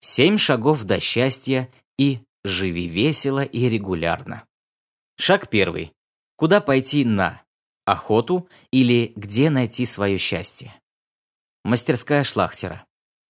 7 шагов до счастья и живи весело и регулярно. Шаг 1. Куда пойти на охоту или где найти свое счастье? Мастерская Шлахтера.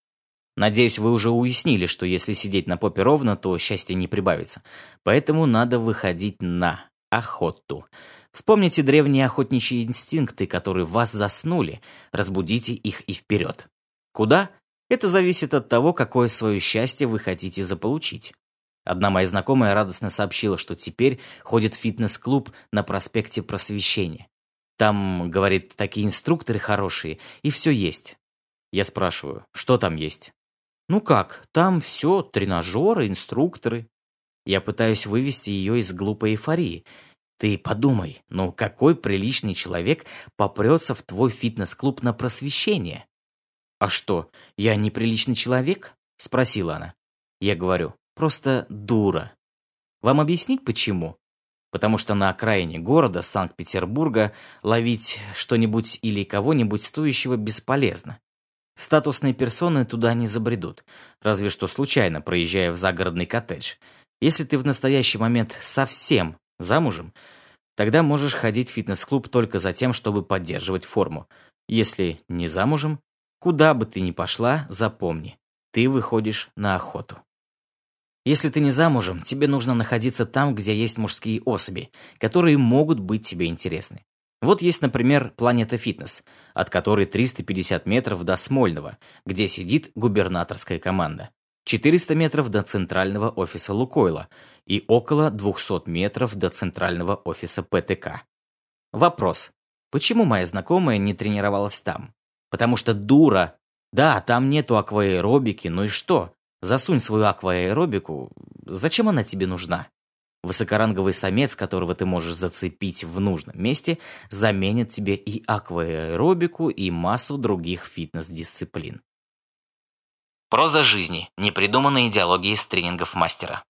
Надеюсь, вы уже уяснили, что если сидеть на попе ровно, то счастья не прибавится. Поэтому надо выходить на охоту. Вспомните древние охотничьи инстинкты, которые в вас заснули. Разбудите их и вперед. Куда? Это зависит от того, какое свое счастье вы хотите заполучить. Одна моя знакомая радостно сообщила, что теперь ходит в фитнес-клуб на проспекте Просвещения. Там, говорит, такие инструкторы хорошие, и все есть. Я спрашиваю, что там есть? Ну как, там все, тренажеры, инструкторы. Я пытаюсь вывести ее из глупой эйфории. Ты подумай, ну какой приличный человек попрется в твой фитнес-клуб на Просвещение? А что, я неприличный человек? Спросила она. Я говорю, просто дура. Вам объяснить почему? Потому что на окраине города Санкт-Петербурга ловить что-нибудь или кого-нибудь стоящего бесполезно. Статусные персоны туда не забредут, разве что случайно проезжая в загородный коттедж. Если ты в настоящий момент совсем замужем, тогда можешь ходить в фитнес-клуб только за тем, чтобы поддерживать форму. Если не замужем, куда бы ты ни пошла, запомни, ты выходишь на охоту. Если ты не замужем, тебе нужно находиться там, где есть мужские особи, которые могут быть тебе интересны. Вот есть, например, Планета Фитнес, от которой 350 метров до Смольного, где сидит губернаторская команда, 400 метров до центрального офиса Лукойла и около 200 метров до центрального офиса ПТК. Вопрос. Почему моя знакомая не тренировалась там? Потому что дура. Да, там нету акваэробики, ну и что? Засунь свою акваэробику. Зачем она тебе нужна? Высокоранговый самец, которого ты можешь зацепить в нужном месте, заменит тебе и акваэробику, и массу других фитнес-дисциплин. Проза жизни. Непридуманные идеологии из тренингов мастера.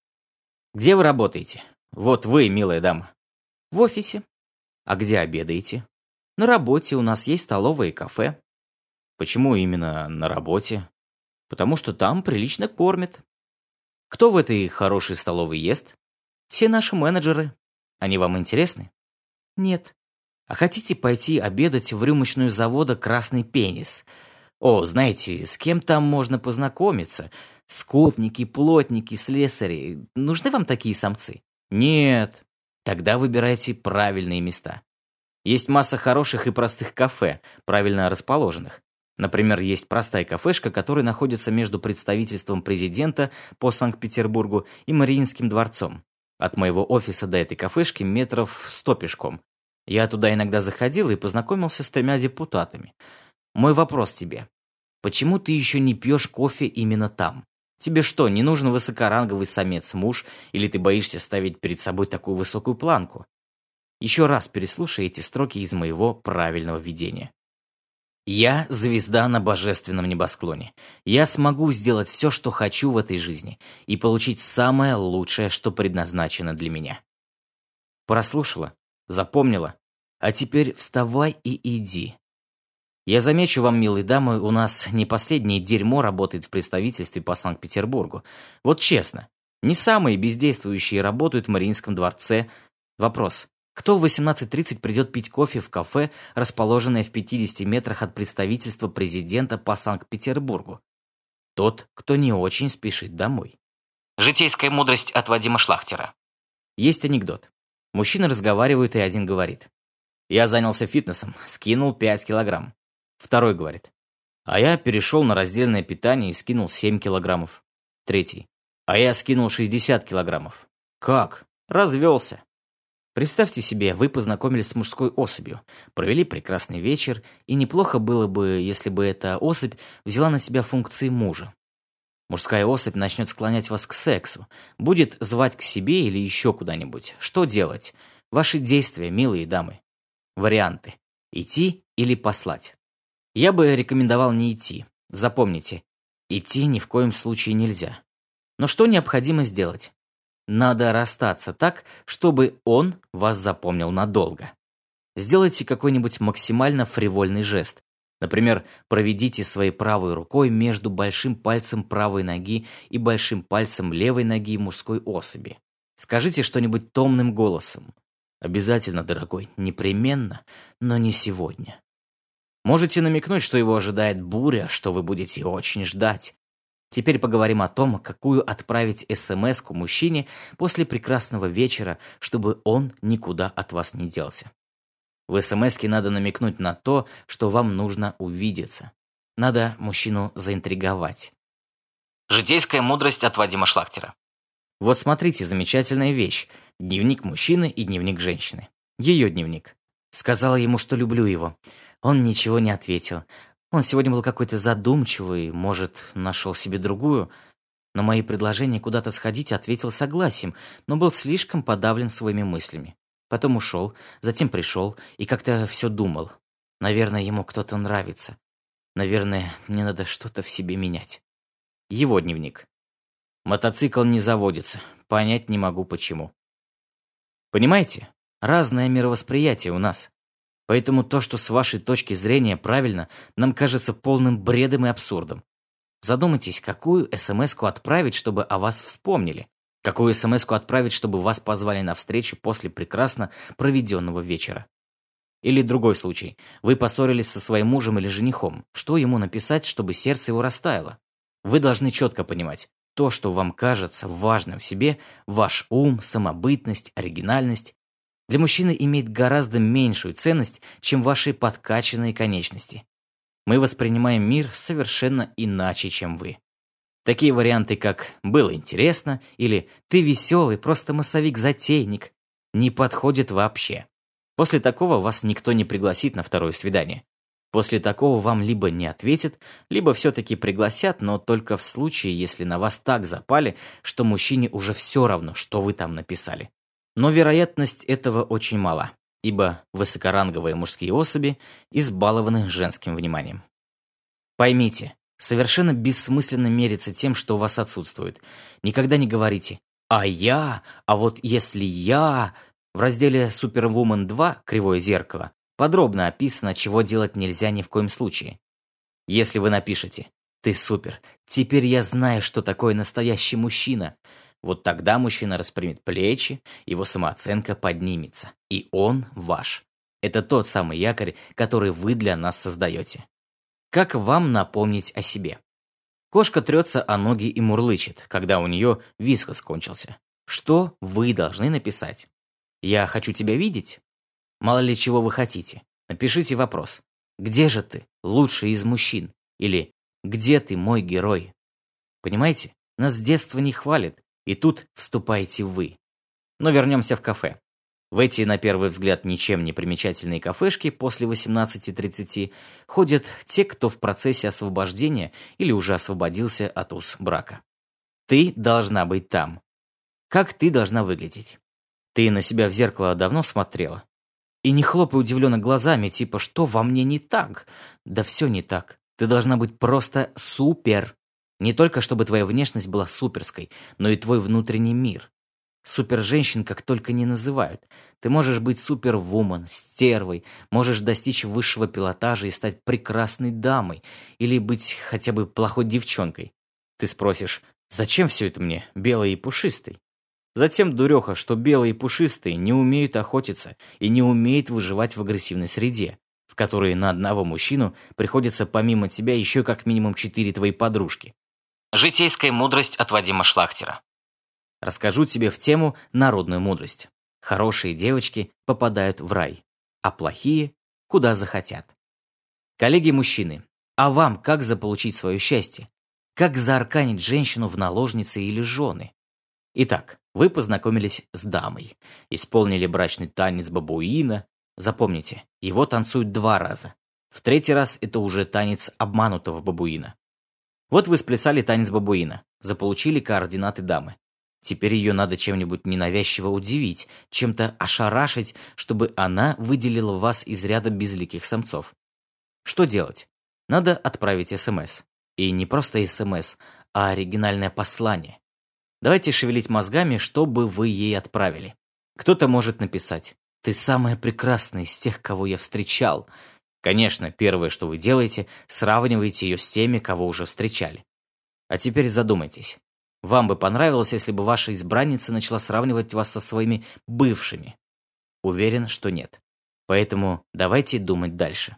Где вы работаете? Вот вы, милая дама. В офисе. А где обедаете? На работе, у нас есть столовая и кафе. Почему именно на работе? Потому что там прилично кормят. Кто в этой хорошей столовой ест? Все наши менеджеры. Они вам интересны? Нет. А хотите пойти обедать в рюмочную завода «Красный пенис»? О, знаете, с кем там можно познакомиться? Скотники, плотники, слесари. Нужны вам такие самцы? Нет. Тогда выбирайте правильные места. Есть масса хороших и простых кафе, правильно расположенных. Например, есть простая кафешка, которая находится между представительством президента по Санкт-Петербургу и Мариинским дворцом. От моего офиса до этой кафешки метров 100 пешком. Я туда иногда заходил и познакомился с 3 депутатами. Мой вопрос тебе. Почему ты еще не пьешь кофе именно там? Тебе что, не нужен высокоранговый самец-муж, или ты боишься ставить перед собой такую высокую планку? Еще раз переслушай эти строки из моего правильного видения. Я звезда на божественном небосклоне. Я смогу сделать все, что хочу в этой жизни, и получить самое лучшее, что предназначено для меня. Прослушала, запомнила, а теперь вставай и иди. Я замечу вам, милые дамы, у нас не последнее дерьмо работает в представительстве по Санкт-Петербургу. Вот честно, не самые бездействующие работают в Мариинском дворце. Вопрос. Кто в 18:30 придет пить кофе в кафе, расположенное в 50 метрах от представительства президента по Санкт-Петербургу? Тот, кто не очень спешит домой. Житейская мудрость от Вадима Шлахтера. Есть анекдот. Мужчины разговаривают, и один говорит: «Я занялся фитнесом, скинул 5 килограмм». Второй говорит: «А я перешел на раздельное питание и скинул 7 килограммов». Третий: «А я скинул 60 килограммов». «Как?» «Развелся». Представьте себе, вы познакомились с мужской особью, провели прекрасный вечер, и неплохо было бы, если бы эта особь взяла на себя функции мужа. Мужская особь начнет склонять вас к сексу, будет звать к себе или еще куда-нибудь. Что делать? Ваши действия, милые дамы. Варианты. Идти или послать. Я бы рекомендовал не идти. Запомните, идти ни в коем случае нельзя. Но что необходимо сделать? Надо расстаться так, чтобы он вас запомнил надолго. Сделайте какой-нибудь максимально фривольный жест. Например, проведите своей правой рукой между большим пальцем правой ноги и большим пальцем левой ноги мужской особи. Скажите что-нибудь томным голосом. Обязательно, дорогой, непременно, но не сегодня. Можете намекнуть, что его ожидает буря, что вы будете очень ждать. Теперь поговорим о том, какую отправить СМС-ку мужчине после прекрасного вечера, чтобы он никуда от вас не делся. В СМС-ке надо намекнуть на то, что вам нужно увидеться. Надо мужчину заинтриговать. Житейская мудрость от Вадима Шлахтера. Вот смотрите, замечательная вещь. Дневник мужчины и дневник женщины. Ее дневник. Сказала ему, что люблю его. Он ничего не ответил. Он сегодня был какой-то задумчивый, может, нашел себе другую. На мои предложения куда-то сходить ответил согласием, но был слишком подавлен своими мыслями. Потом ушел, затем пришел и как-то все думал. Наверное, ему кто-то нравится. Наверное, мне надо что-то в себе менять. Его дневник. Мотоцикл не заводится. Понять не могу, почему. Понимаете? Разное мировосприятие у нас. Поэтому то, что с вашей точки зрения правильно, нам кажется полным бредом и абсурдом. Задумайтесь, какую СМС-ку отправить, чтобы о вас вспомнили. Какую СМС-ку отправить, чтобы вас позвали на встречу после прекрасно проведенного вечера. Или другой случай. Вы поссорились со своим мужем или женихом. Что ему написать, чтобы сердце его растаяло? Вы должны четко понимать, то, что вам кажется важным в себе, ваш ум, самобытность, оригинальность, для мужчины имеет гораздо меньшую ценность, чем ваши подкачанные конечности. Мы воспринимаем мир совершенно иначе, чем вы. Такие варианты, как «было интересно» или «ты веселый, просто массовик-затейник» не подходят вообще. После такого вас никто не пригласит на второе свидание. После такого вам либо не ответят, либо все-таки пригласят, но только в случае, если на вас так запали, что мужчине уже все равно, что вы там написали. Но вероятность этого очень мала, ибо высокоранговые мужские особи избалованы женским вниманием. Поймите, совершенно бессмысленно мериться тем, что у вас отсутствует. Никогда не говорите а вот если я...» В разделе Superwoman 2 «Кривое зеркало» подробно описано, чего делать нельзя ни в коем случае. Если вы напишете «Ты супер, теперь я знаю, что такое настоящий мужчина», вот тогда мужчина распрямит плечи, его самооценка поднимется, и он ваш. Это тот самый якорь, который вы для нас создаете. Как вам напомнить о себе? Кошка трется о ноги и мурлычет, когда у нее вискас кончился. Что вы должны написать? «Я хочу тебя видеть?» Мало ли чего вы хотите. Напишите вопрос. «Где же ты, лучший из мужчин?» Или «Где ты, мой герой?» Понимаете? Нас с детства не хвалят, и тут вступаете вы. Но вернемся в кафе. В эти, на первый взгляд, ничем не примечательные кафешки после 18:30 ходят те, кто в процессе освобождения или уже освободился от уз брака. Ты должна быть там. Как ты должна выглядеть? Ты на себя в зеркало давно смотрела? И не хлопай удивленно глазами, типа, что во мне не так? Да все не так. Ты должна быть просто супер. Не только чтобы твоя внешность была суперской, но и твой внутренний мир. Супер-женщин как только не называют. Ты можешь быть супервумен, стервой, можешь достичь высшего пилотажа и стать прекрасной дамой, или быть хотя бы плохой девчонкой. Ты спросишь, зачем все это мне, белый и пушистый? Затем, дуреха, что белые и пушистые не умеют охотиться и не умеют выживать в агрессивной среде, в которой на одного мужчину приходится помимо тебя еще как минимум 4 твои подружки. Житейская мудрость от Вадима Шлахтера. Расскажу тебе в тему народную мудрость. Хорошие девочки попадают в рай, а плохие – куда захотят. Коллеги-мужчины, а вам как заполучить свое счастье? Как заарканить женщину в наложницы или жены? Итак, вы познакомились с дамой, исполнили брачный танец бабуина. Запомните, его танцуют 2 раза. В 3-й раз это уже танец обманутого бабуина. Вот вы сплясали танец бабуина, заполучили координаты дамы. Теперь ее надо чем-нибудь ненавязчиво удивить, чем-то ошарашить, чтобы она выделила вас из ряда безликих самцов. Что делать? Надо отправить СМС. И не просто СМС, а оригинальное послание. Давайте шевелить мозгами, чтобы вы ей отправили. Кто-то может написать: «Ты самая прекрасная из тех, кого я встречал». Конечно, первое, что вы делаете, сравниваете ее с теми, кого уже встречали. А теперь задумайтесь. Вам бы понравилось, если бы ваша избранница начала сравнивать вас со своими бывшими? Уверен, что нет. Поэтому давайте думать дальше.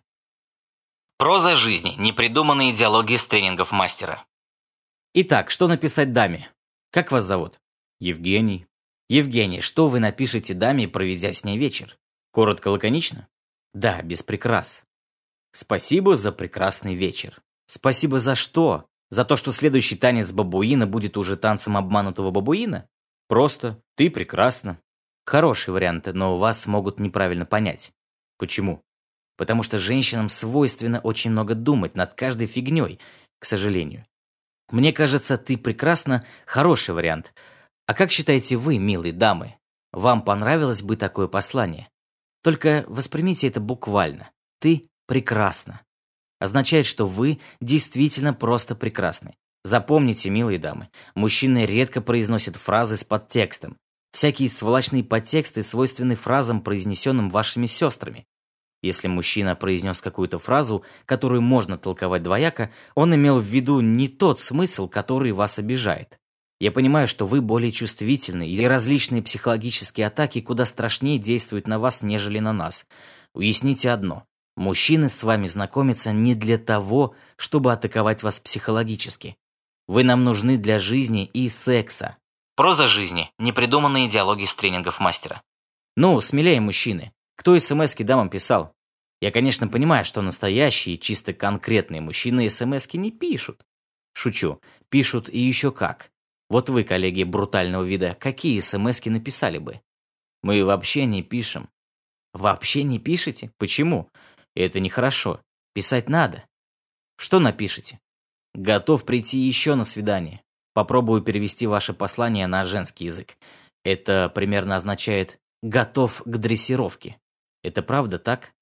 Проза жизни. Непридуманные диалоги с тренингов мастера. Итак, что написать даме? Как вас зовут? Евгений. Евгений, что вы напишете даме, проведя с ней вечер? Коротко, лаконично? Да, без прикрас. Спасибо за прекрасный вечер. Спасибо за что? За то, что следующий танец бабуина будет уже танцем обманутого бабуина? Просто «ты прекрасна». Хороший вариант, но вас могут неправильно понять. Почему? Потому что женщинам свойственно очень много думать над каждой фигней, к сожалению. Мне кажется, «ты прекрасна» – хороший вариант. А как считаете вы, милые дамы? Вам понравилось бы такое послание? Только воспримите это буквально. «Ты прекрасна» означает, что вы действительно просто прекрасны. Запомните, милые дамы, мужчины редко произносят фразы с подтекстом. Всякие сволочные подтексты свойственны фразам, произнесенным вашими сестрами. Если мужчина произнес какую-то фразу, которую можно толковать двояко, он имел в виду не тот смысл, который вас обижает. Я понимаю, что вы более чувствительны, и различные психологические атаки куда страшнее действуют на вас, нежели на нас. Уясните одно. Мужчины с вами знакомятся не для того, чтобы атаковать вас психологически. Вы нам нужны для жизни и секса. Проза жизни. Непридуманные диалоги с тренингов мастера. Ну, смелее, мужчины. Кто смс-ки дамам писал? Я, конечно, понимаю, что настоящие, чисто конкретные мужчины смс-ки не пишут. Шучу. Пишут и еще как. Вот вы, коллеги брутального вида, какие смс-ки написали бы? Мы вообще не пишем. Вообще не пишете? Почему? Это нехорошо. Писать надо. Что напишите? Готов прийти еще на свидание. Попробую перевести ваше послание на женский язык. Это примерно означает «готов к дрессировке». Это правда так?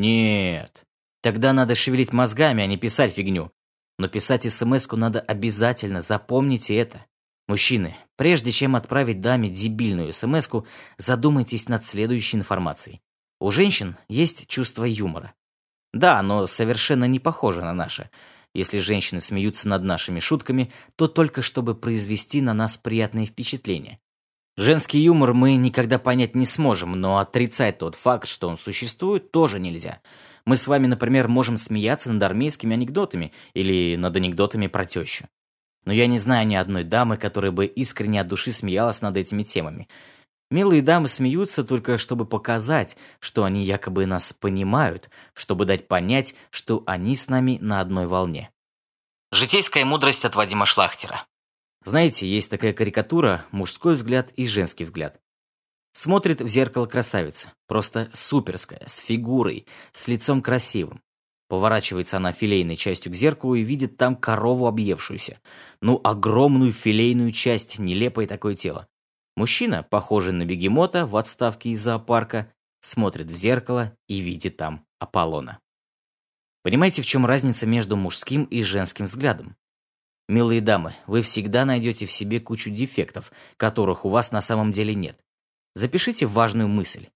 Нет. Тогда надо шевелить мозгами, а не писать фигню. Но писать смс-ку надо обязательно, запомните это. Мужчины, прежде чем отправить даме дебильную смс-ку, задумайтесь над следующей информацией. У женщин есть чувство юмора. Да, но совершенно не похоже на наше. Если женщины смеются над нашими шутками, то только чтобы произвести на нас приятные впечатления. Женский юмор мы никогда понять не сможем, но отрицать тот факт, что он существует, тоже нельзя. Мы с вами, например, можем смеяться над армейскими анекдотами или над анекдотами про тещу. Но я не знаю ни одной дамы, которая бы искренне от души смеялась над этими темами. Милые дамы смеются только чтобы показать, что они якобы нас понимают, чтобы дать понять, что они с нами на одной волне. Житейская мудрость от Вадима Шлахтера. Знаете, есть такая карикатура «Мужской взгляд и женский взгляд». Смотрит в зеркало красавица, просто суперская, с фигурой, с лицом красивым. Поворачивается она филейной частью к зеркалу и видит там корову объевшуюся. Ну, огромную филейную часть, нелепое такое тело. Мужчина, похожий на бегемота в отставке из зоопарка, смотрит в зеркало и видит там Аполлона. Понимаете, в чем разница между мужским и женским взглядом? Милые дамы, вы всегда найдете в себе кучу дефектов, которых у вас на самом деле нет. Запишите важную мысль.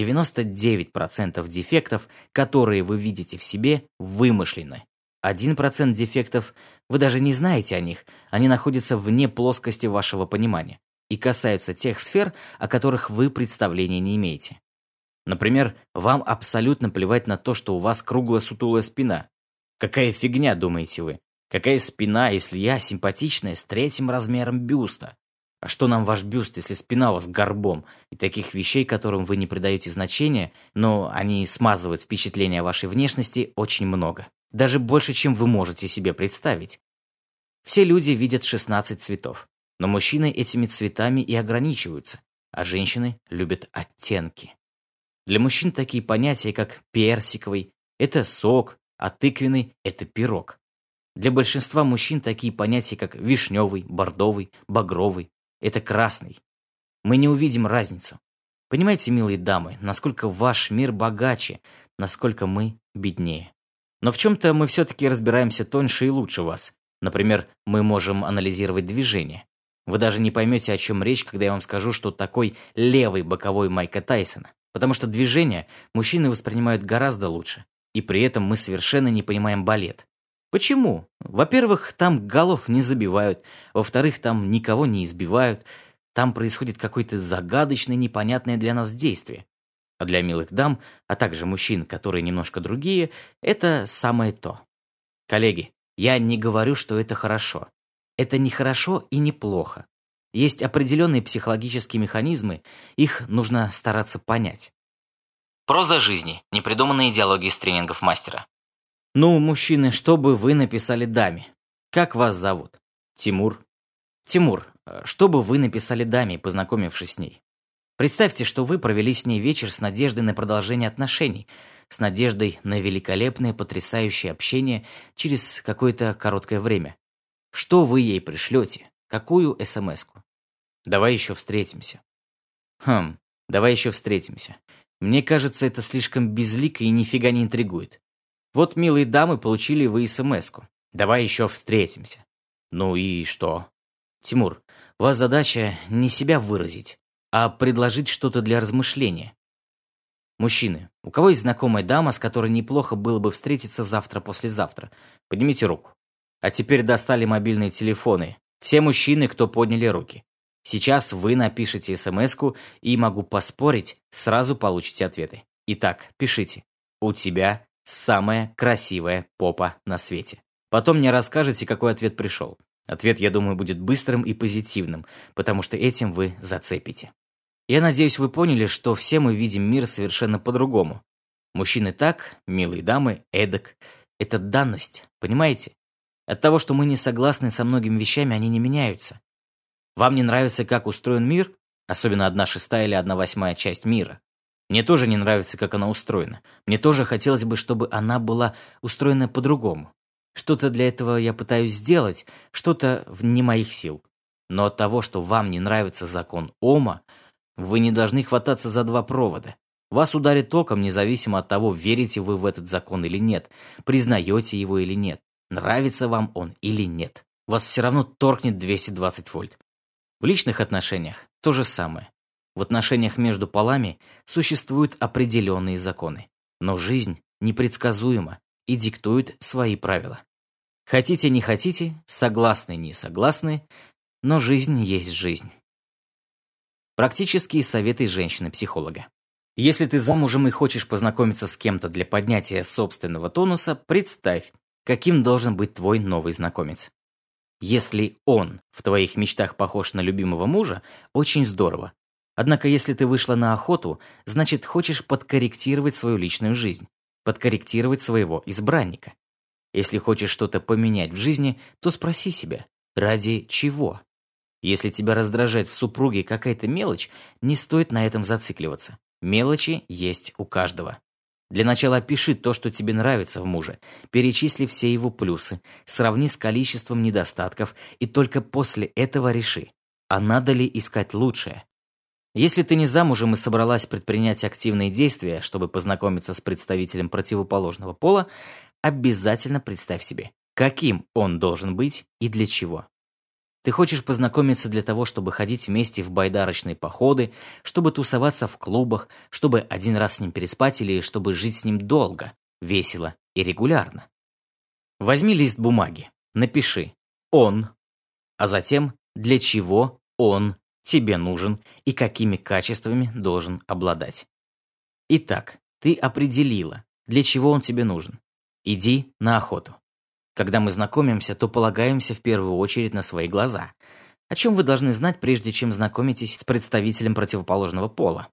99% дефектов, которые вы видите в себе, вымышлены. 1% дефектов, вы даже не знаете о них, они находятся вне плоскости вашего понимания и касаются тех сфер, о которых вы представления не имеете. Например, вам абсолютно плевать на то, что у вас круглая сутулая спина. Какая фигня, думаете вы? Какая спина, если я симпатичная с 3 размером бюста? А что нам ваш бюст, если спина у вас горбом? И таких вещей, которым вы не придаете значения, но они смазывают впечатление о вашей внешности, очень много. Даже больше, чем вы можете себе представить. Все люди видят 16 цветов. Но мужчины этими цветами и ограничиваются, а женщины любят оттенки. Для мужчин такие понятия, как персиковый – это сок, а тыквенный – это пирог. Для большинства мужчин такие понятия, как вишневый, бордовый, багровый – это красный. Мы не увидим разницу. Понимаете, милые дамы, насколько ваш мир богаче, насколько мы беднее. Но в чем-то мы все-таки разбираемся тоньше и лучше вас. Например, мы можем анализировать движение. Вы даже не поймете, о чем речь, когда я вам скажу, что такой левый боковой Майка Тайсона. Потому что движение мужчины воспринимают гораздо лучше. и при этом мы совершенно не понимаем балет. Почему? Во-первых, там голов не забивают, во-вторых, там никого не избивают, там происходит какое-то загадочное, непонятное для нас действие. А для милых дам, а также мужчин, которые немножко другие, это самое то. Коллеги, я не говорю, что это хорошо. Это не хорошо и не плохо. Есть определенные психологические механизмы, их нужно стараться понять. Проза жизни. Непридуманные диалоги из тренингов мастера. Ну, мужчины, что бы вы написали даме? Как вас зовут? Тимур. Тимур, что бы вы написали даме, познакомившись с ней? Представьте, что вы провели с ней вечер с надеждой на продолжение отношений, с надеждой на великолепное, потрясающее общение через какое-то короткое время. Что вы ей пришлете? Какую смс-ку? Давай еще встретимся. Давай еще встретимся. Мне кажется, это слишком безлико и нифига не интригует. Вот, милые дамы, получили вы смс-ку. Давай еще встретимся. Ну и что? Тимур, у вас задача не себя выразить, а предложить что-то для размышления. Мужчины, у кого есть знакомая дама, с которой неплохо было бы встретиться завтра-послезавтра? Поднимите руку. А теперь достали мобильные телефоны. Все мужчины, кто подняли руки. Сейчас вы напишите смс-ку, и могу поспорить, сразу получите ответы. Итак, пишите. У тебя самая красивая попа на свете. Потом мне расскажете, какой ответ пришел. Ответ, я думаю, будет быстрым и позитивным, потому что этим вы зацепите. Я надеюсь, вы поняли, что все мы видим мир совершенно по-другому. Мужчины так, милые дамы эдак. Это данность, понимаете? От того, что мы не согласны со многими вещами, они не меняются. Вам не нравится, как устроен мир? Особенно 1/6 или 1/8 часть мира. Мне тоже не нравится, как она устроена. Мне тоже хотелось бы, чтобы она была устроена по-другому. Что-то для этого я пытаюсь сделать, что-то вне моих сил. Но от того, что вам не нравится закон Ома, вы не должны хвататься за два провода. Вас ударит током, независимо от того, верите вы в этот закон или нет, признаете его или нет, нравится вам он или нет. Вас все равно торкнет 220 вольт. В личных отношениях то же самое. В отношениях между полами существуют определенные законы. Но жизнь непредсказуема и диктует свои правила. Хотите, не хотите, согласны, не согласны, но жизнь есть жизнь. Практические советы женщины-психолога. Если ты замужем и хочешь познакомиться с кем-то для поднятия собственного тонуса, представь, каким должен быть твой новый знакомец. Если он в твоих мечтах похож на любимого мужа, очень здорово. Однако, если ты вышла на охоту, значит, хочешь подкорректировать свою личную жизнь, подкорректировать своего избранника. Если хочешь что-то поменять в жизни, то спроси себя, ради чего? Если тебя раздражает в супруге какая-то мелочь, не стоит на этом зацикливаться. Мелочи есть у каждого. Для начала опиши то, что тебе нравится в муже, перечисли все его плюсы, сравни с количеством недостатков и только после этого реши, а надо ли искать лучшее. Если ты не замужем и собралась предпринять активные действия, чтобы познакомиться с представителем противоположного пола, обязательно представь себе, каким он должен быть и для чего. Ты хочешь познакомиться для того, чтобы ходить вместе в байдарочные походы, чтобы тусоваться в клубах, чтобы один раз с ним переспать или чтобы жить с ним долго, весело и регулярно. Возьми лист бумаги, напиши «он», а затем для чего он тебе нужен и какими качествами должен обладать. Итак, ты определила, для чего он тебе нужен. Иди на охоту. Когда мы знакомимся, то полагаемся в первую очередь на свои глаза. О чем вы должны знать, прежде чем знакомитесь с представителем противоположного пола?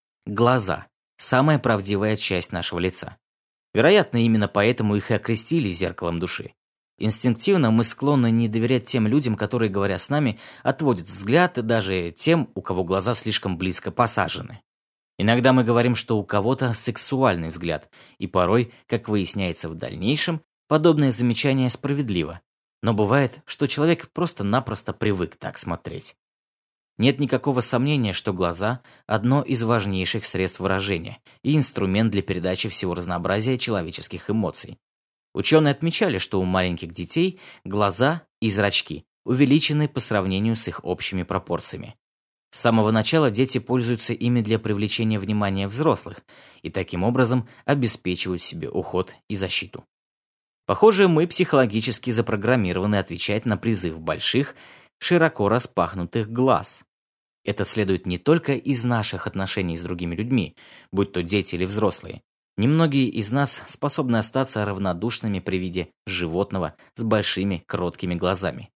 Глаза – самая правдивая часть нашего лица. Вероятно, именно поэтому их и окрестили зеркалом души. Инстинктивно мы склонны не доверять тем людям, которые, говоря с нами, отводят взгляд, и даже тем, у кого глаза слишком близко посажены. Иногда мы говорим, что у кого-то сексуальный взгляд, и порой, как выясняется в дальнейшем, подобное замечание справедливо, но бывает, что человек просто-напросто привык так смотреть. Нет никакого сомнения, что глаза – одно из важнейших средств выражения и инструмент для передачи всего разнообразия человеческих эмоций. Ученые отмечали, что у маленьких детей глаза и зрачки увеличены по сравнению с их общими пропорциями. С самого начала дети пользуются ими для привлечения внимания взрослых и таким образом обеспечивают себе уход и защиту. Похоже, мы психологически запрограммированы отвечать на призыв больших, широко распахнутых глаз. Это следует не только из наших отношений с другими людьми, будь то дети или взрослые. Немногие из нас способны остаться равнодушными при виде животного с большими кроткими глазами.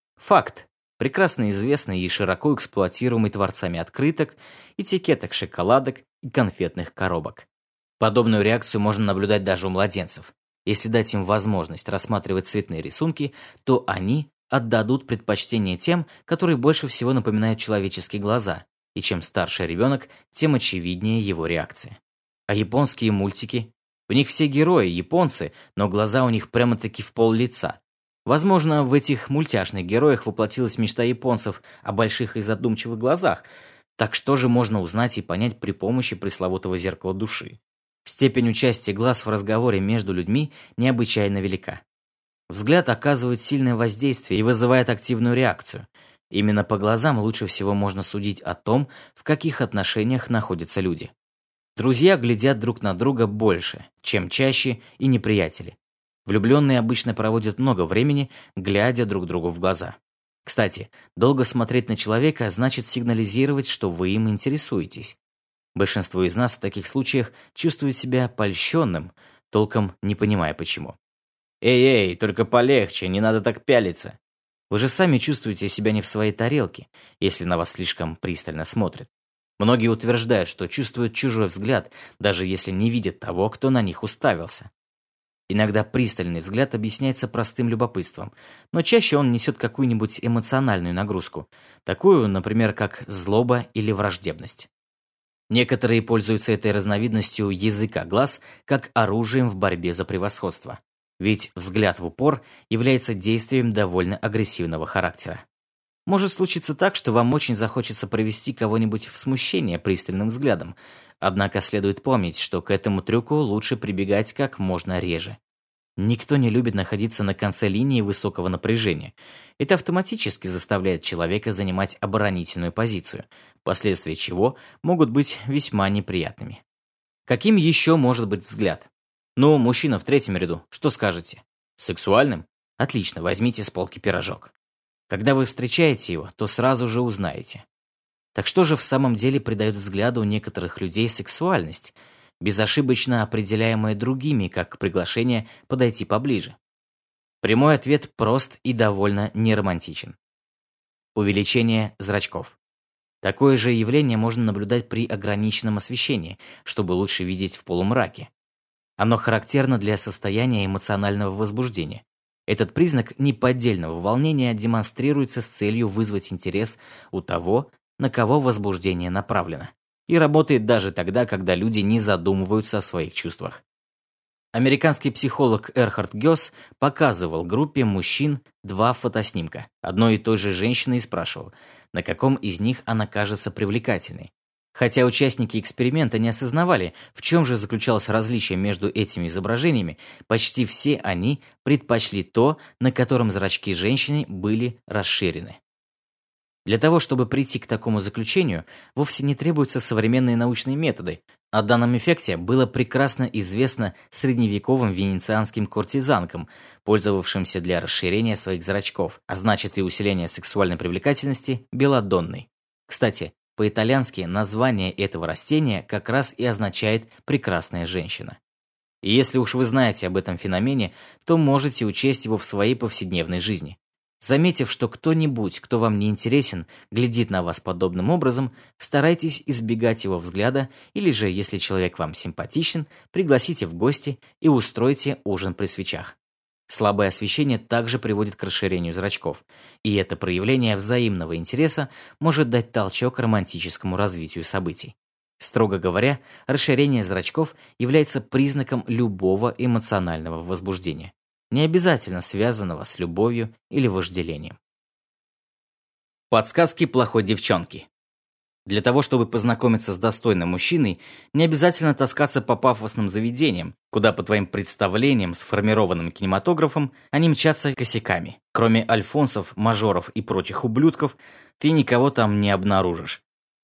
Факт, прекрасно известный и широко эксплуатируемый творцами открыток, этикеток шоколадок и конфетных коробок. Подобную реакцию можно наблюдать даже у младенцев. Если дать им возможность рассматривать цветные рисунки, то они отдадут предпочтение тем, которые больше всего напоминают человеческие глаза, и чем старше ребенок, тем очевиднее его реакция. А японские мультики? В них все герои японцы, но глаза у них прямо-таки в пол лица. Возможно, в этих мультяшных героях воплотилась мечта японцев о больших и задумчивых глазах. Так что же можно узнать и понять при помощи пресловутого зеркала души? Степень участия глаз в разговоре между людьми необычайно велика. Взгляд оказывает сильное воздействие и вызывает активную реакцию. Именно по глазам лучше всего можно судить о том, в каких отношениях находятся люди. Друзья глядят друг на друга больше, чем чаще и неприятели. Влюбленные обычно проводят много времени, глядя друг другу в глаза. Кстати, долго смотреть на человека значит сигнализировать, что вы им интересуетесь. Большинство из нас в таких случаях чувствует себя польщенным, толком не понимая почему. «Эй, только полегче, не надо так пялиться». Вы же сами чувствуете себя не в своей тарелке, если на вас слишком пристально смотрят. Многие утверждают, что чувствуют чужой взгляд, даже если не видят того, кто на них уставился. Иногда пристальный взгляд объясняется простым любопытством, но чаще он несет какую-нибудь эмоциональную нагрузку, такую, например, как злоба или враждебность. Некоторые пользуются этой разновидностью языка глаз как оружием в борьбе за превосходство. Ведь взгляд в упор является действием довольно агрессивного характера. Может случиться так, что вам очень захочется провести кого-нибудь в смущение пристальным взглядом, однако следует помнить, что к этому трюку лучше прибегать как можно реже. Никто не любит находиться на конце линии высокого напряжения. Это автоматически заставляет человека занимать оборонительную позицию, последствия чего могут быть весьма неприятными. Каким еще может быть взгляд? Ну, мужчина в третьем ряду, что скажете? Сексуальным? Отлично, возьмите с полки пирожок. Когда вы встречаете его, то сразу же узнаете. Так что же в самом деле придает взгляду некоторых людей сексуальность, безошибочно определяемая другими как приглашение подойти поближе? Прямой ответ прост и довольно неромантичен. Увеличение зрачков. Такое же явление можно наблюдать при ограниченном освещении, чтобы лучше видеть в полумраке. Оно характерно для состояния эмоционального возбуждения. Этот признак неподдельного волнения демонстрируется с целью вызвать интерес у того, на кого возбуждение направлено, и работает даже тогда, когда люди не задумываются о своих чувствах. Американский психолог Эрхард Гёс показывал группе мужчин два фотоснимка одной и той же женщины и спрашивал, на каком из них она кажется привлекательной. Хотя участники эксперимента не осознавали, в чем же заключалось различие между этими изображениями, почти все они предпочли то, на котором зрачки женщины были расширены. Для того, чтобы прийти к такому заключению, вовсе не требуются современные научные методы. О данном эффекте было прекрасно известно средневековым венецианским куртизанкам, пользовавшимся для расширения своих зрачков, а значит и усиления сексуальной привлекательности, белладонной. Кстати, по-итальянски название этого растения как раз и означает «прекрасная женщина». И если уж вы знаете об этом феномене, то можете учесть его в своей повседневной жизни. Заметив, что кто-нибудь, кто вам не интересен, глядит на вас подобным образом, старайтесь избегать его взгляда, или же, если человек вам симпатичен, пригласите в гости и устройте ужин при свечах. Слабое освещение также приводит к расширению зрачков, и это проявление взаимного интереса может дать толчок романтическому развитию событий. Строго говоря, расширение зрачков является признаком любого эмоционального возбуждения, не обязательно связанного с любовью или вожделением. Подсказки плохой девчонки. Для того, чтобы познакомиться с достойным мужчиной, не обязательно таскаться по пафосным заведениям, куда, по твоим представлениям, сформированным кинематографом, они мчатся косяками. Кроме альфонсов, мажоров и прочих ублюдков, ты никого там не обнаружишь.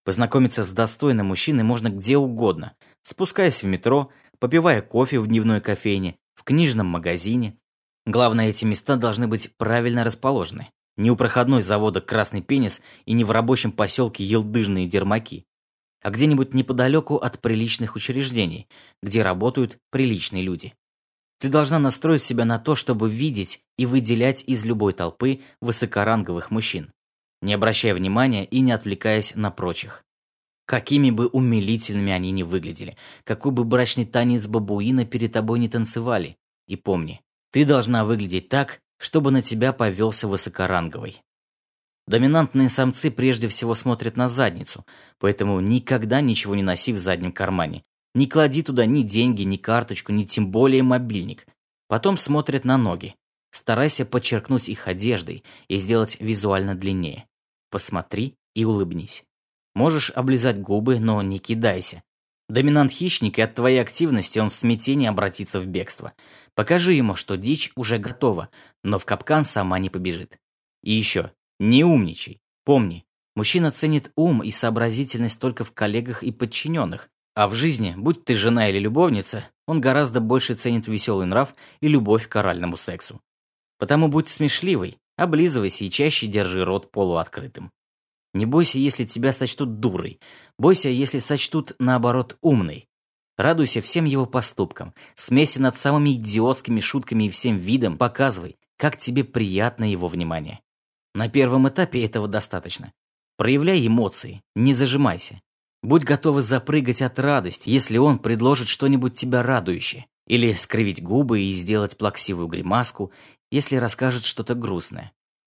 Познакомиться с достойным мужчиной можно где угодно, спускаясь в метро, попивая кофе в дневной кофейне, в книжном магазине. Главное, эти места должны быть правильно расположены. Не у проходной завода «Красный пенис» и не в рабочем поселке «Елдыжные дермаки», а где-нибудь неподалеку от приличных учреждений, где работают приличные люди. Ты должна настроить себя на то, чтобы видеть и выделять из любой толпы высокоранговых мужчин, не обращая внимания и не отвлекаясь на прочих. Какими бы умилительными они ни выглядели, какой бы брачный танец бабуина перед тобой не танцевали. И помни, ты должна выглядеть так, чтобы на тебя повелся высокоранговый. Доминантные самцы прежде всего смотрят на задницу, поэтому никогда ничего не носи в заднем кармане. Не клади туда ни деньги, ни карточку, ни тем более мобильник. Потом смотрят на ноги. Старайся подчеркнуть их одеждой и сделать визуально длиннее. Посмотри и улыбнись. Можешь облизать губы, но не кидайся. Доминант-хищник, и от твоей активности он в смятении обратится в бегство. Покажи ему, что дичь уже готова, но в капкан сама не побежит. И еще, не умничай. Помни, мужчина ценит ум и сообразительность только в коллегах и подчиненных, а в жизни, будь ты жена или любовница, он гораздо больше ценит веселый нрав и любовь к оральному сексу. Потому будь смешливой, облизывайся и чаще держи рот полуоткрытым. Не бойся, если тебя сочтут дурой. Бойся, если сочтут, наоборот, умной. Радуйся всем его поступкам. Смейся над самыми идиотскими шутками и всем видом. Показывай, как тебе приятно его внимание. На первом этапе этого достаточно. Проявляй эмоции, не зажимайся. Будь готова запрыгать от радости, если он предложит что-нибудь тебя радующее. Или скривить губы и сделать плаксивую гримаску, если расскажет что-то грустное.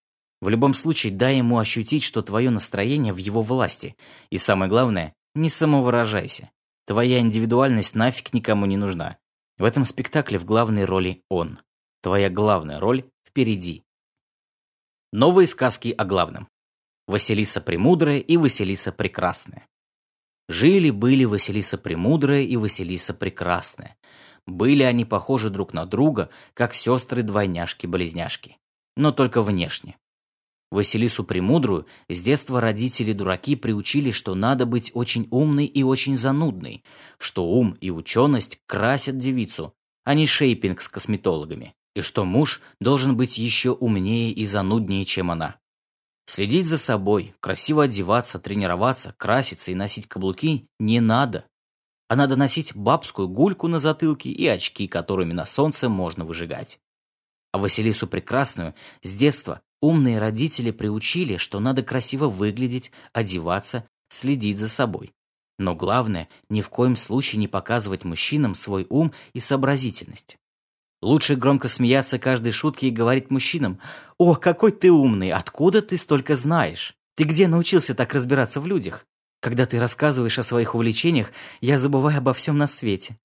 В любом случае, дай ему ощутить, что твое настроение в его власти. И самое главное, не самовыражайся. Твоя индивидуальность нафиг никому не нужна. В этом спектакле в главной роли он. Твоя главная роль впереди. Новые сказки о главном. Василиса Премудрая и Василиса Прекрасная. Жили-были Василиса Премудрая и Василиса Прекрасная. Были они похожи друг на друга, как сестры-двойняшки-близняшки. Но только внешне. Василису Премудрую с детства родители-дураки приучили, что надо быть очень умной и очень занудной, что ум и ученость красят девицу, а не шейпинг с косметологами, и что муж должен быть еще умнее и зануднее, чем она. Следить за собой, красиво одеваться, тренироваться, краситься и носить каблуки не надо, а надо носить бабскую гульку на затылке и очки, которыми на солнце можно выжигать. А Василису Прекрасную с детства умные родители приучили, что надо красиво выглядеть, одеваться, следить за собой. Но главное, ни в коем случае не показывать мужчинам свой ум и сообразительность. Лучше громко смеяться каждой шутке и говорить мужчинам: «О, какой ты умный! Откуда ты столько знаешь? Ты где научился так разбираться в людях? Когда ты рассказываешь о своих увлечениях, я забываю обо всем на свете».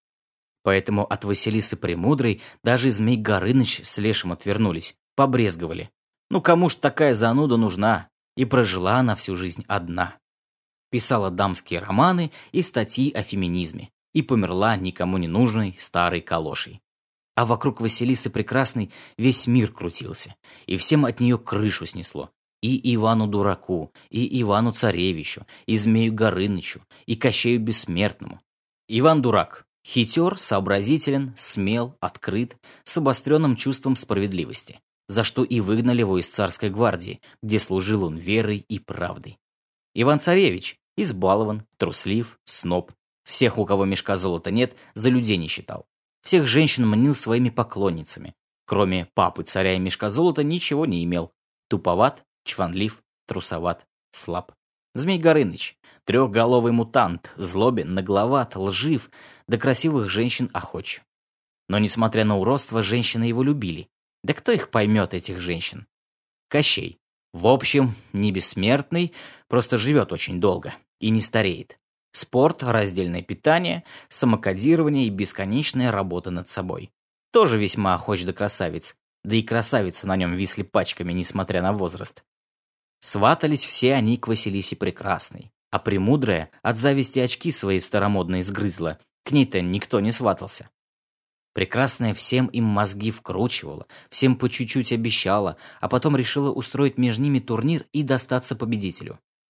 Поэтому от Василисы Премудрой даже Змей Горыныч с Лешим отвернулись, побрезговали. Ну кому ж такая зануда нужна? И прожила она всю жизнь одна. Писала дамские романы и статьи о феминизме. И померла никому не нужной старой калошей. А вокруг Василисы Прекрасной весь мир крутился. И всем от нее крышу снесло. И Ивану-дураку, и Ивану-царевичу, и Змею Горынычу, и Кощею Бессмертному. Иван-дурак. Хитер, сообразителен, смел, открыт, с обостренным чувством справедливости. За что и выгнали его из царской гвардии, где служил он верой и правдой. Иван-царевич избалован, труслив, сноб. Всех, у кого мешка золота нет, за людей не считал. Всех женщин мнил своими поклонницами. Кроме папы царя и мешка золота ничего не имел. Туповат, чванлив, трусоват, слаб. Змей Горыныч, трехголовый мутант, злобен, нагловат, лжив, до красивых женщин охоч. Но, несмотря на уродство, женщины его любили. Да кто их поймет, этих женщин? Кощей. В общем, не бессмертный, просто живет очень долго и не стареет. Спорт, раздельное питание, самокодирование и бесконечная работа над собой. Тоже весьма охоч до красавиц, да и красавицы на нем висли пачками, несмотря на возраст. Сватались все они к Василисе Прекрасной, а Премудрая от зависти очки свои старомодные сгрызла, к ней-то никто не сватался. Прекрасная всем им мозги вкручивала, всем по чуть-чуть обещала, а потом решила устроить между ними турнир и достаться победителю.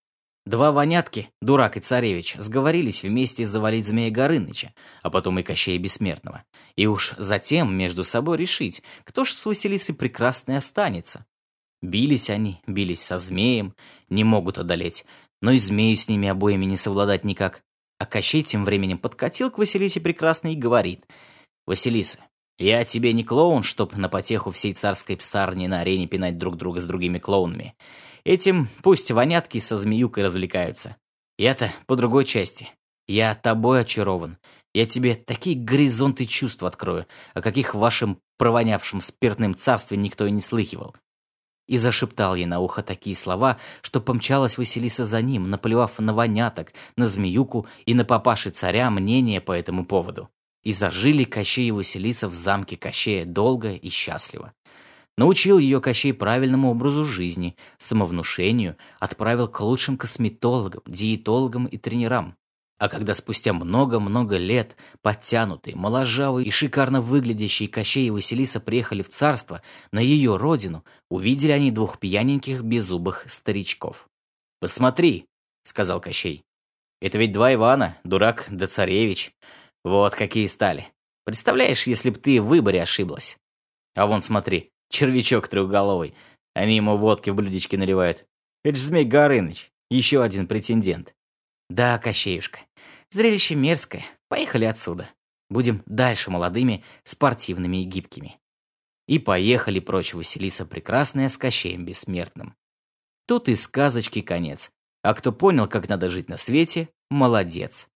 Два вонятки, дурак и царевич, сговорились вместе завалить Змея Горыныча, а потом и Кощея Бессмертного. И уж затем между собой решить, кто ж с Василисой Прекрасной останется. Бились они, бились со змеем, не могут одолеть, но и змею с ними обоими не совладать никак. А Кощей тем временем подкатил к Василисе Прекрасной и говорит: «Василиса, я тебе не клоун, чтоб на потеху всей царской псарни на арене пинать друг друга с другими клоунами. Этим пусть вонятки со змеюкой развлекаются. Я-то по другой части. Я тобой очарован. Я тебе такие горизонты чувств открою, о каких в вашем провонявшем спиртным царстве никто и не слыхивал». И зашептал ей на ухо такие слова, что помчалась Василиса за ним, наплевав на воняток, на змеюку и на папаши царя мнение по этому поводу. И зажили Кощей и Василиса в замке Кощея долго и счастливо. Научил ее Кощей правильному образу жизни, самовнушению, отправил к лучшим косметологам, диетологам и тренерам. А когда спустя много-много лет подтянутые, моложавые и шикарно выглядящие Кощей и Василиса приехали в царство, на ее родину, увидели они двух пьяненьких беззубых старичков. «Посмотри», — сказал Кощей, — «это ведь два Ивана, дурак да царевич. Вот какие стали. Представляешь, если б ты в выборе ошиблась? А вон, смотри, червячок трехголовый. Они ему водки в блюдечке наливают. Это ж Змей Горыныч, еще один претендент». «Да, Кощеюшка, зрелище мерзкое. Поехали отсюда. Будем дальше молодыми, спортивными и гибкими». И поехали прочь Василиса Прекрасная с Кощеем Бессмертным. Тут и сказочки конец. А кто понял, как надо жить на свете, молодец.